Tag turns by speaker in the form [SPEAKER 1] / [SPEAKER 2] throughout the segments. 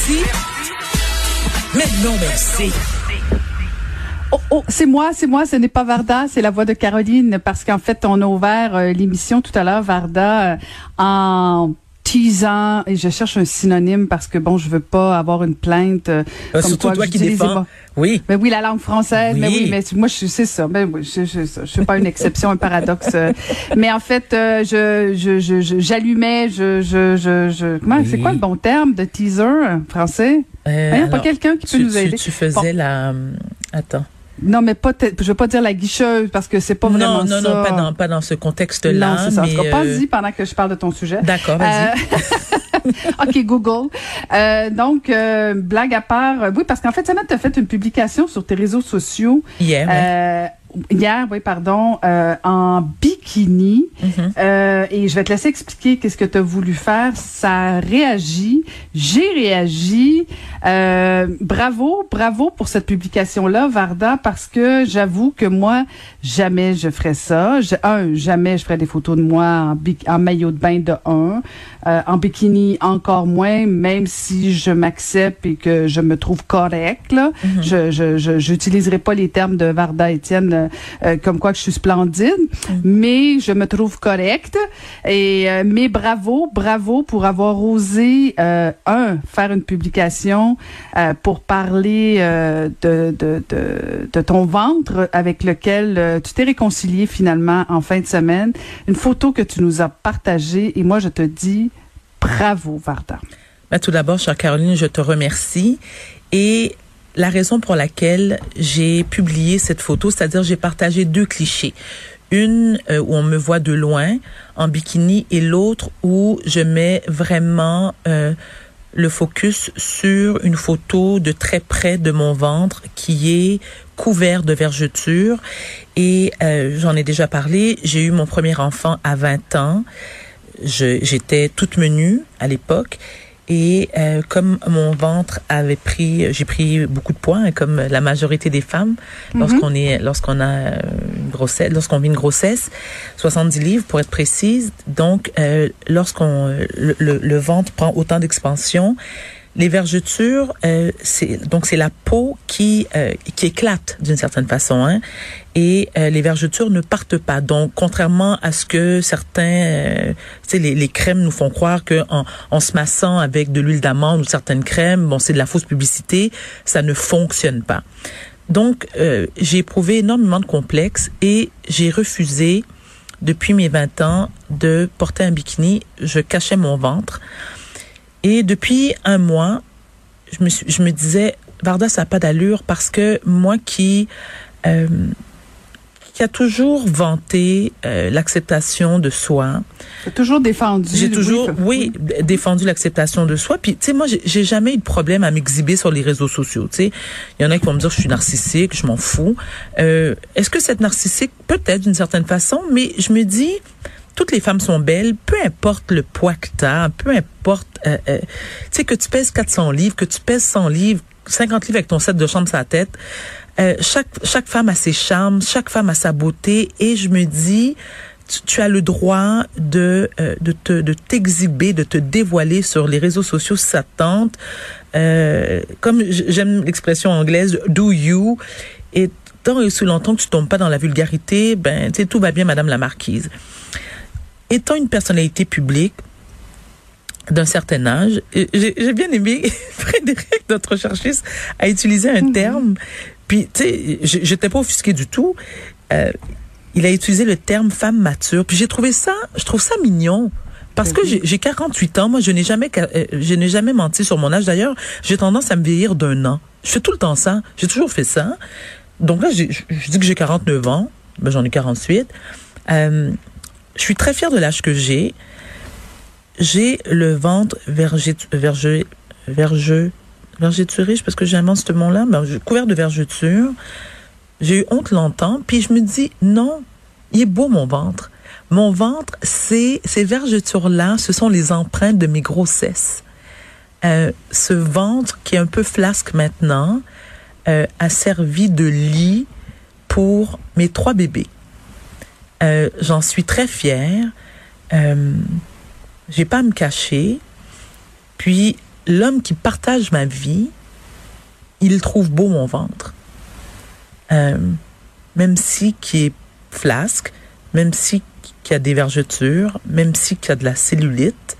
[SPEAKER 1] Merci. Mais non, merci.
[SPEAKER 2] Oh, c'est moi, ce n'est pas Varda, c'est la voix de Caroline, parce qu'en fait, on a ouvert l'émission tout à l'heure, Varda, en teasant, et je cherche un synonyme parce que bon, je veux pas avoir une plainte comme
[SPEAKER 1] surtout
[SPEAKER 2] quoi
[SPEAKER 1] toi qui défends. Oui.
[SPEAKER 2] Mais oui, la langue française,
[SPEAKER 1] Oui.
[SPEAKER 2] mais oui, mais moi c'est ça. Ben oui, je suis pas une exception, un paradoxe. Mais en fait, j'allumais, comment,
[SPEAKER 1] Oui.
[SPEAKER 2] c'est quoi le bon terme de teaser français? Hein, pas quelqu'un qui peut nous aider.
[SPEAKER 1] Tu faisais attends.
[SPEAKER 2] Non, mais je veux pas dire la guicheuse parce que c'est pas vraiment ça.
[SPEAKER 1] Non, pas dans ce contexte-là.
[SPEAKER 2] Non, c'est ça.
[SPEAKER 1] Mais
[SPEAKER 2] En tout cas, pas-y pendant que je parle de ton sujet.
[SPEAKER 1] D'accord, vas-y.
[SPEAKER 2] OK, Google. Donc, blague à part, oui, parce qu'en fait, Samantha, tu as fait une publication sur tes réseaux sociaux. Hier, en bikini.
[SPEAKER 1] Mm-hmm.
[SPEAKER 2] Et je vais te laisser expliquer qu'est-ce que tu as voulu faire. Ça réagit. J'ai réagi. Bravo pour cette publication-là, Varda, parce que j'avoue que moi, jamais je ferais ça. Jamais je ferais des photos de moi en maillot de bain de en bikini encore moins, même si je m'accepte et que je me trouve correcte, là.
[SPEAKER 1] Mm-hmm.
[SPEAKER 2] J'utiliserai pas les termes de Varda Étienne comme quoi que je suis splendide, mais je me trouve correcte. Et mais bravo pour avoir osé faire une publication pour parler de ton ventre avec lequel tu t'es réconcilié finalement en fin de semaine. Une photo que tu nous as partagée et moi je te dis bravo, Varda.
[SPEAKER 1] Tout d'abord, chère Caroline, je te remercie. Et la raison pour laquelle j'ai publié cette photo, c'est-à-dire j'ai partagé deux clichés. Une où on me voit de loin en bikini et l'autre où je mets vraiment le focus sur une photo de très près de mon ventre qui est couvert de vergetures. Et j'en ai déjà parlé, j'ai eu mon premier enfant à 20 ans. J'étais toute menue à l'époque. Et comme mon ventre j'ai pris beaucoup de poids, hein, comme la majorité des femmes, lorsqu'on vit une grossesse, 70 livres pour être précise. Donc, lorsqu'on le ventre prend autant d'expansion, les vergetures, c'est la peau qui éclate d'une certaine façon, hein, et les vergetures ne partent pas. Donc, contrairement à ce que certains, les crèmes nous font croire que en se massant avec de l'huile d'amande ou certaines crèmes, bon, c'est de la fausse publicité, ça ne fonctionne pas. Donc, j'ai éprouvé énormément de complexes et j'ai refusé depuis mes 20 ans de porter un bikini. Je cachais mon ventre. Et depuis un mois, je me disais, Varda, ça n'a pas d'allure parce que moi qui a toujours vanté l'acceptation de soi.
[SPEAKER 2] J'ai toujours défendu.
[SPEAKER 1] J'ai toujours, défendu l'acceptation de soi. Puis, tu sais, moi, j'ai jamais eu de problème à m'exhiber sur les réseaux sociaux. Tu sais, il y en a qui vont me dire que je suis narcissique, je m'en fous. Est-ce que c'est narcissique? Peut-être d'une certaine façon, mais je me dis, toutes les femmes sont belles, peu importe le poids que tu as, peu importe, tu sais, que tu pèses 400 livres, que tu pèses 100 livres, 50 livres avec ton set de chambre sur la tête. Chaque femme a ses charmes, chaque femme a sa beauté, et je me dis, tu as le droit de t'exhiber, de te dévoiler sur les réseaux sociaux si ça te tente. Comme j'aime l'expression anglaise, do you, et tant et aussi longtemps que tu tombes pas dans la vulgarité, ben, tu sais, tout va bien, Madame la Marquise. Étant une personnalité publique d'un certain âge, j'ai bien aimé Frédéric, notre chercheuse, a utilisé un terme, puis tu sais, j'étais pas offusquée du tout. Il a utilisé le terme femme mature, puis je trouve ça mignon. Parce que j'ai 48 ans, moi je n'ai jamais menti sur mon âge. D'ailleurs, j'ai tendance à me vieillir d'1 an. Je fais tout le temps ça, j'ai toujours fait ça. Donc là, je dis que j'ai 49 ans, ben j'en ai 48. Je suis très fière de l'âge que j'ai. J'ai le ventre vergeturé, parce que j'invente ce mot-là, ben, couvert de vergetures. J'ai eu honte longtemps, puis je me dis, non, il est beau mon ventre. Mon ventre, ces vergetures-là, ce sont les empreintes de mes grossesses. Ce ventre qui est un peu flasque maintenant a servi de lit pour mes 3 bébés. J'en suis très fière. J'ai pas à me cacher. Puis, l'homme qui partage ma vie, il trouve beau mon ventre. Même si qui est flasque, même si qui a des vergetures, même si qui a de la cellulite,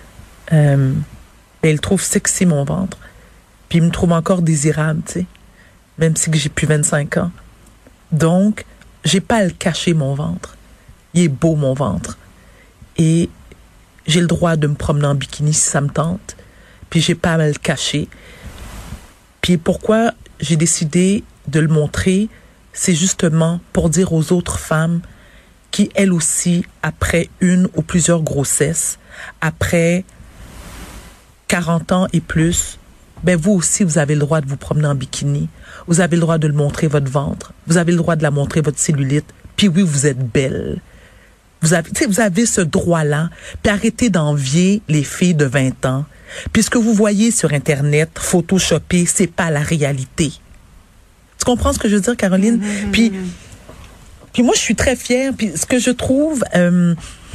[SPEAKER 1] il trouve sexy mon ventre. Puis il me trouve encore désirable, tu sais, même si que j'ai plus 25 ans. Donc, j'ai pas à le cacher, mon ventre. Il est beau, mon ventre. Et j'ai le droit de me promener en bikini si ça me tente. Puis j'ai pas à me le cacher. Puis pourquoi j'ai décidé de le montrer, c'est justement pour dire aux autres femmes qui, elles aussi, après une ou plusieurs grossesses, après 40 ans et plus, ben vous aussi, vous avez le droit de vous promener en bikini. Vous avez le droit de le montrer, votre ventre. Vous avez le droit de la montrer, votre cellulite. Puis oui, vous êtes belle. Vous avez ce droit-là. Puis arrêtez d'envier les filles de 20 ans. Puis ce que vous voyez sur Internet, photoshopé, c'est pas la réalité. Tu comprends ce que je veux dire, Caroline? Puis moi, je suis très fière. Puis ce que je trouve, je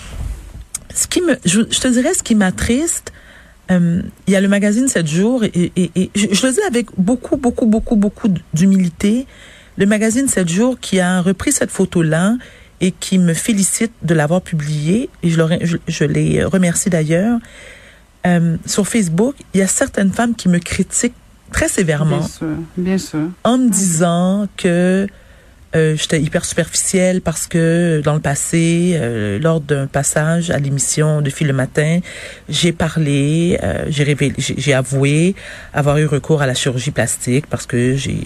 [SPEAKER 1] te dirais, ce qui m'attriste, il y a le magazine 7 jours et je le dis avec beaucoup d'humilité. Le magazine 7 jours qui a repris cette photo-là et qui me félicite de l'avoir publiée, et je les remercie d'ailleurs. Sur Facebook, il y a certaines femmes qui me critiquent très sévèrement.
[SPEAKER 2] Bien sûr.
[SPEAKER 1] En me disant que j'étais hyper superficielle parce que dans le passé, lors d'un passage à l'émission de Filles le matin, j'ai parlé, j'ai avoué avoir eu recours à la chirurgie plastique parce que j'ai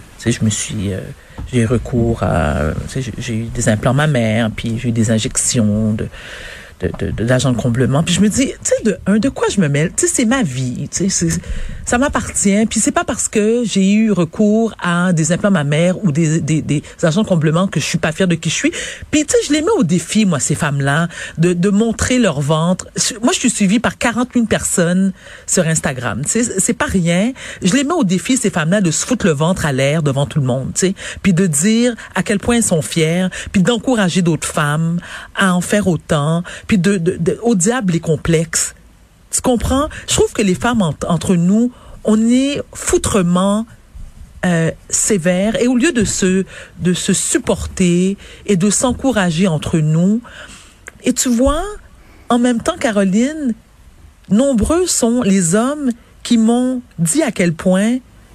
[SPEAKER 1] eu recours à, j'ai eu des implants mammaires, puis j'ai eu des injections d'agents de comblement. Puis je me dis, tu sais, de quoi je me mêle? Tu sais, c'est ma vie. Tu sais, ça m'appartient. Puis c'est pas parce que j'ai eu recours à des implants mammaires ou des agents de comblement que je suis pas fière de qui je suis. Puis tu sais, je les mets au défi, moi, ces femmes-là, de montrer leur ventre. Moi, je suis suivie par 40 000 personnes sur Instagram. Tu sais, c'est pas rien. Je les mets au défi, ces femmes-là, de se foutre le ventre à l'air devant tout le monde, tu sais. Puis de dire à quel point elles sont fières, puis d'encourager d'autres femmes à en faire autant, puis au diable les complexes. Tu comprends? Je trouve que les femmes entre nous, on est foutrement sévères, et au lieu de se supporter et de s'encourager entre nous. Et tu vois, en même temps, Caroline, nombreux sont les hommes qui m'ont dit à quel point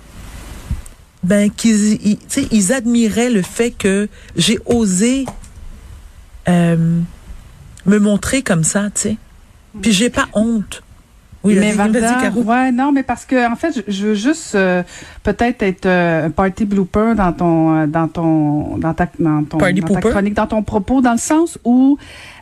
[SPEAKER 1] qu'ils admiraient le fait que j'ai osé me montrer comme ça, tu sais. Puis j'ai pas honte.
[SPEAKER 2] Oui, mais Varda, ouais, non, mais parce que en fait, je veux juste peut-être être un party blooper dans ta chronique, dans ton propos, dans le sens où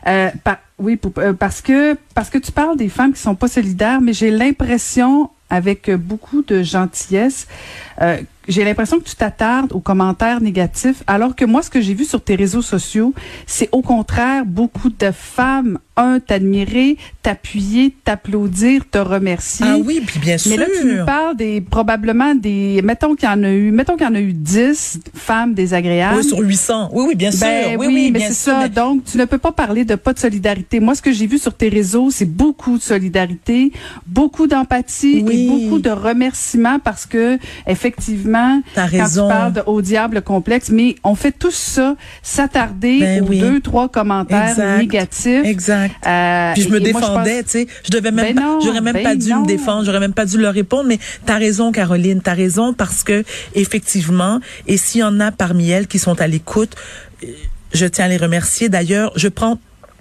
[SPEAKER 2] parce que tu parles des femmes qui sont pas solidaires, mais j'ai l'impression, avec beaucoup de gentillesse, j'ai l'impression que tu t'attardes aux commentaires négatifs, alors que moi, ce que j'ai vu sur tes réseaux sociaux, c'est au contraire beaucoup de femmes, t'admirer, t'appuyer, t'applaudir, te remercier.
[SPEAKER 1] Ah oui, puis bien sûr.
[SPEAKER 2] Mais là, tu nous parles mettons qu'il y en a eu 10 femmes désagréables.
[SPEAKER 1] Oui, sur 800. Oui, bien sûr.
[SPEAKER 2] Oui, mais
[SPEAKER 1] bien
[SPEAKER 2] c'est
[SPEAKER 1] sûr,
[SPEAKER 2] ça. Donc, tu ne peux pas parler de pas de solidarité. Moi, ce que j'ai vu sur tes réseaux, c'est beaucoup de solidarité, beaucoup d'empathie et beaucoup de remerciements parce que, effectivement,
[SPEAKER 1] t'as
[SPEAKER 2] quand
[SPEAKER 1] raison.
[SPEAKER 2] tu parles au diable complexe, mais on fait tout ça, s'attarder aux 2-3 commentaires négatifs.
[SPEAKER 1] Exact. Puis je me défendais, tu sais. J'aurais même pas dû me défendre, j'aurais même pas dû leur répondre, mais t'as raison, Caroline, t'as raison, parce que, effectivement, et s'il y en a parmi elles qui sont à l'écoute, je tiens à les remercier. D'ailleurs, je prends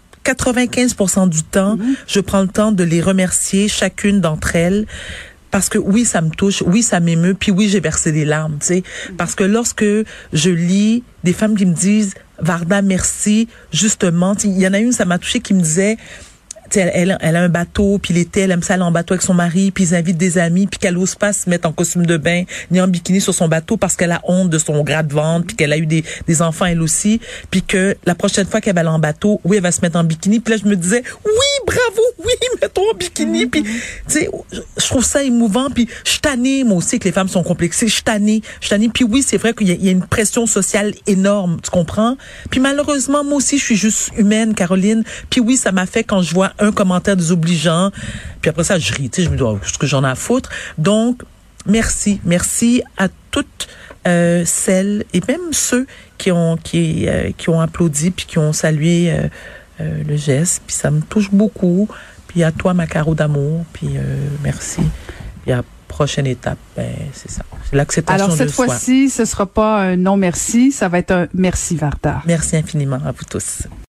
[SPEAKER 1] 95% du temps, je prends le temps de les remercier, chacune d'entre elles. Parce que oui, ça me touche, oui, ça m'émeut, puis oui, j'ai versé des larmes, tu sais. Parce que lorsque je lis des femmes qui me disent « Varda, merci », justement, il y en a une, ça m'a touchée, qui me disait... Elle a un bateau, puis l'été, elle aime ça aller en bateau avec son mari, puis ils invitent des amis, puis qu'elle ose pas se mettre en costume de bain ni en bikini sur son bateau parce qu'elle a honte de son gras de ventre, puis qu'elle a eu des enfants elle aussi, puis que la prochaine fois qu'elle va aller en bateau, oui, elle va se mettre en bikini. Puis là, je me disais, oui, bravo, oui, mets-toi en bikini. Puis, tu sais, je trouve ça émouvant, puis je suis tannée, moi aussi, que les femmes sont complexées. Je suis tannée. Puis oui, c'est vrai qu'il y a une pression sociale énorme, tu comprends? Puis malheureusement, moi aussi, je suis juste humaine, Caroline. Puis oui, ça m'a fait quand je vois un commentaire désobligeant, puis après ça, je ris, tu sais, je me dis, oh, ce que j'en ai à foutre. Donc, merci à toutes celles et même ceux qui ont applaudi puis qui ont salué le geste, puis ça me touche beaucoup. Puis à toi, ma Caro d'amour, puis merci. Puis à la prochaine étape, c'est ça. C'est l'acceptation de soi.
[SPEAKER 2] Alors, cette fois-ci, ce sera pas un non merci, ça va être un merci, Varda.
[SPEAKER 1] Merci infiniment à vous tous.